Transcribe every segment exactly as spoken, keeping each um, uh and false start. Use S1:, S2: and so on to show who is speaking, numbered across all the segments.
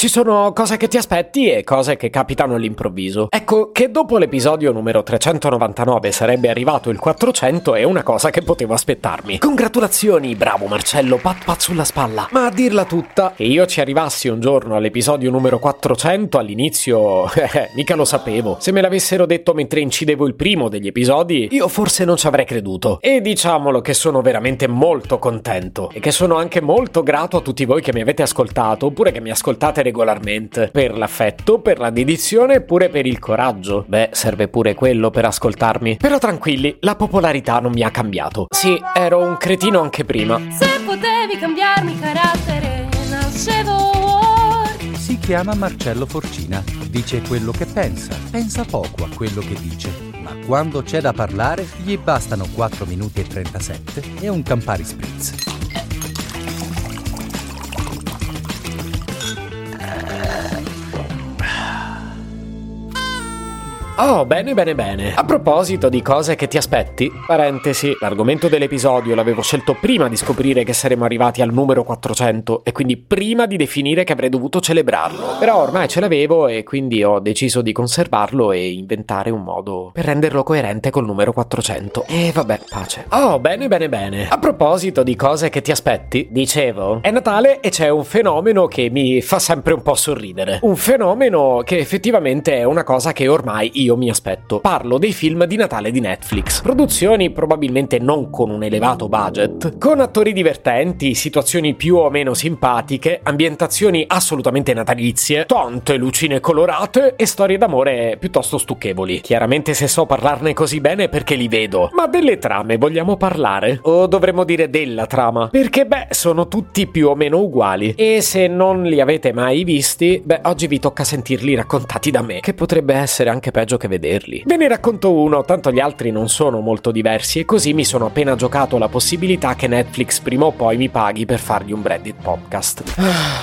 S1: Ci sono cose che ti aspetti e cose che capitano all'improvviso. Ecco, che dopo l'episodio numero trecentonovantanove sarebbe arrivato il quattrocento è una cosa che potevo aspettarmi. Congratulazioni, bravo Marcello, pat pat sulla spalla. Ma a dirla tutta, che io ci arrivassi un giorno all'episodio numero quattrocento all'inizio, eh, mica lo sapevo. Se me l'avessero detto mentre incidevo il primo degli episodi, io forse non ci avrei creduto. E diciamolo che sono veramente molto contento e che sono anche molto grato a tutti voi che mi avete ascoltato, oppure che mi ascoltate regolarmente, per l'affetto, per la dedizione e pure per il coraggio. Beh, serve pure quello per ascoltarmi. Però tranquilli, la popolarità non mi ha cambiato. Sì, ero un cretino anche prima.
S2: Se potevi cambiarmi carattere, nascevo Ward.
S3: Si chiama Marcello Forcina, dice quello che pensa, pensa poco a quello che dice, ma quando c'è da parlare gli bastano quattro minuti e trentasette e un Campari Spritz.
S1: Oh, bene, bene, bene. A proposito di cose che ti aspetti, parentesi, l'argomento dell'episodio l'avevo scelto prima di scoprire che saremmo arrivati al numero quattrocento e quindi prima di definire che avrei dovuto celebrarlo. Però ormai ce l'avevo e quindi ho deciso di conservarlo e inventare un modo per renderlo coerente col numero quattrocento. E vabbè, pace. Oh, bene, bene, bene. A proposito di cose che ti aspetti, dicevo, è Natale e c'è un fenomeno che mi fa sempre un po' sorridere. Un fenomeno che effettivamente è una cosa che ormai io mi aspetto. Parlo dei film di Natale di Netflix. Produzioni probabilmente non con un elevato budget, con attori divertenti, situazioni più o meno simpatiche, ambientazioni assolutamente natalizie, tante lucine colorate e storie d'amore piuttosto stucchevoli. Chiaramente se so parlarne così bene è perché li vedo. Ma delle trame vogliamo parlare? O dovremmo dire della trama? Perché beh, sono tutti più o meno uguali. E se non li avete mai visti, beh, oggi vi tocca sentirli raccontati da me, che potrebbe essere anche peggio che vederli. Ve ne racconto uno, tanto gli altri non sono molto diversi e così mi sono appena giocato la possibilità che Netflix prima o poi mi paghi per fargli un branded podcast.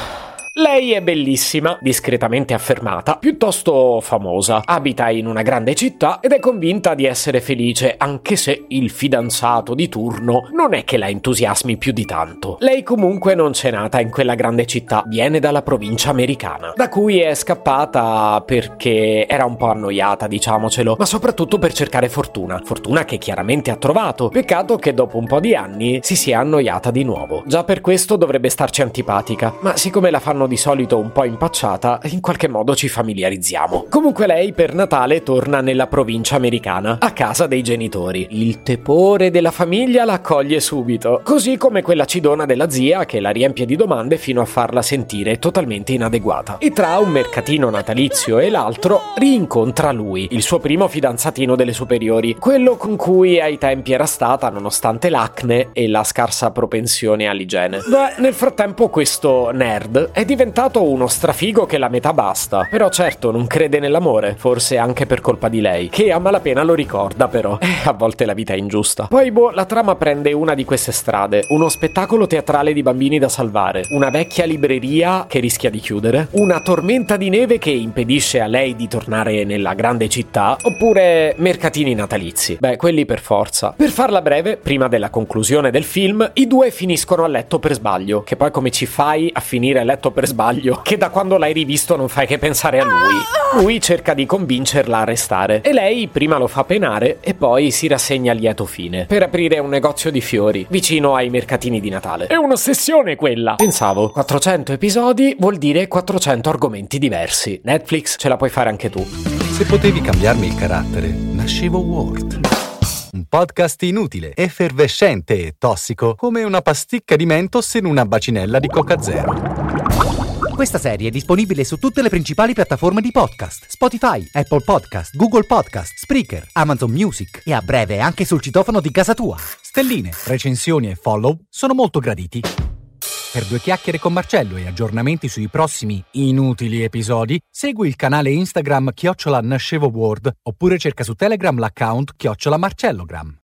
S1: Lei è bellissima, discretamente affermata, piuttosto famosa, abita in una grande città ed è convinta di essere felice, anche se il fidanzato di turno non è che la entusiasmi più di tanto. Lei comunque non c'è nata in quella grande città, viene dalla provincia americana, da cui è scappata perché era un po' annoiata, diciamocelo, ma soprattutto per cercare fortuna, fortuna che chiaramente ha trovato. Peccato che dopo un po' di anni si sia annoiata di nuovo. Già per questo dovrebbe starci antipatica, ma siccome la fanno di solito un po' impacciata, in qualche modo ci familiarizziamo. Comunque lei per Natale torna nella provincia americana, a casa dei genitori. Il tepore della famiglia la accoglie subito, così come quella cidona della zia che la riempie di domande fino a farla sentire totalmente inadeguata. E tra un mercatino natalizio e l'altro rincontra lui, il suo primo fidanzatino delle superiori, quello con cui ai tempi era stata nonostante l'acne e la scarsa propensione all'igiene. Beh, nel frattempo questo nerd è diventato uno strafigo che la metà basta, però certo non crede nell'amore, forse anche per colpa di lei, che a malapena lo ricorda però. Eh, a volte la vita è ingiusta. Poi boh, la trama prende una di queste strade, uno spettacolo teatrale di bambini da salvare, una vecchia libreria che rischia di chiudere, una tormenta di neve che impedisce a lei di tornare nella grande città, oppure mercatini natalizi. Beh, quelli per forza. Per farla breve, prima della conclusione del film, i due finiscono a letto per sbaglio, che poi come ci fai a finire a letto per sbaglio, che da quando l'hai rivisto non fai che pensare a lui. Lui cerca di convincerla a restare e lei prima lo fa penare e poi si rassegna a lieto fine per aprire un negozio di fiori vicino ai mercatini di Natale. È un'ossessione quella. Pensavo, quattrocento episodi vuol dire quattrocento argomenti diversi. Netflix, ce la puoi fare anche tu.
S3: Se potevi cambiarmi il carattere, nascevo Ward. Un podcast inutile, effervescente e tossico, come una pasticca di Mentos in una bacinella di Coca Zero.
S4: Questa serie è disponibile su tutte le principali piattaforme di podcast: Spotify, Apple Podcast, Google Podcast, Spreaker, Amazon Music e a breve anche sul citofono di casa tua.
S3: Stelline, recensioni e follow sono molto graditi. Per due chiacchiere con Marcello e aggiornamenti sui prossimi inutili episodi, segui il canale Instagram chiocciola Nascevo Ward oppure cerca su Telegram l'account chiocciola Marcellogram.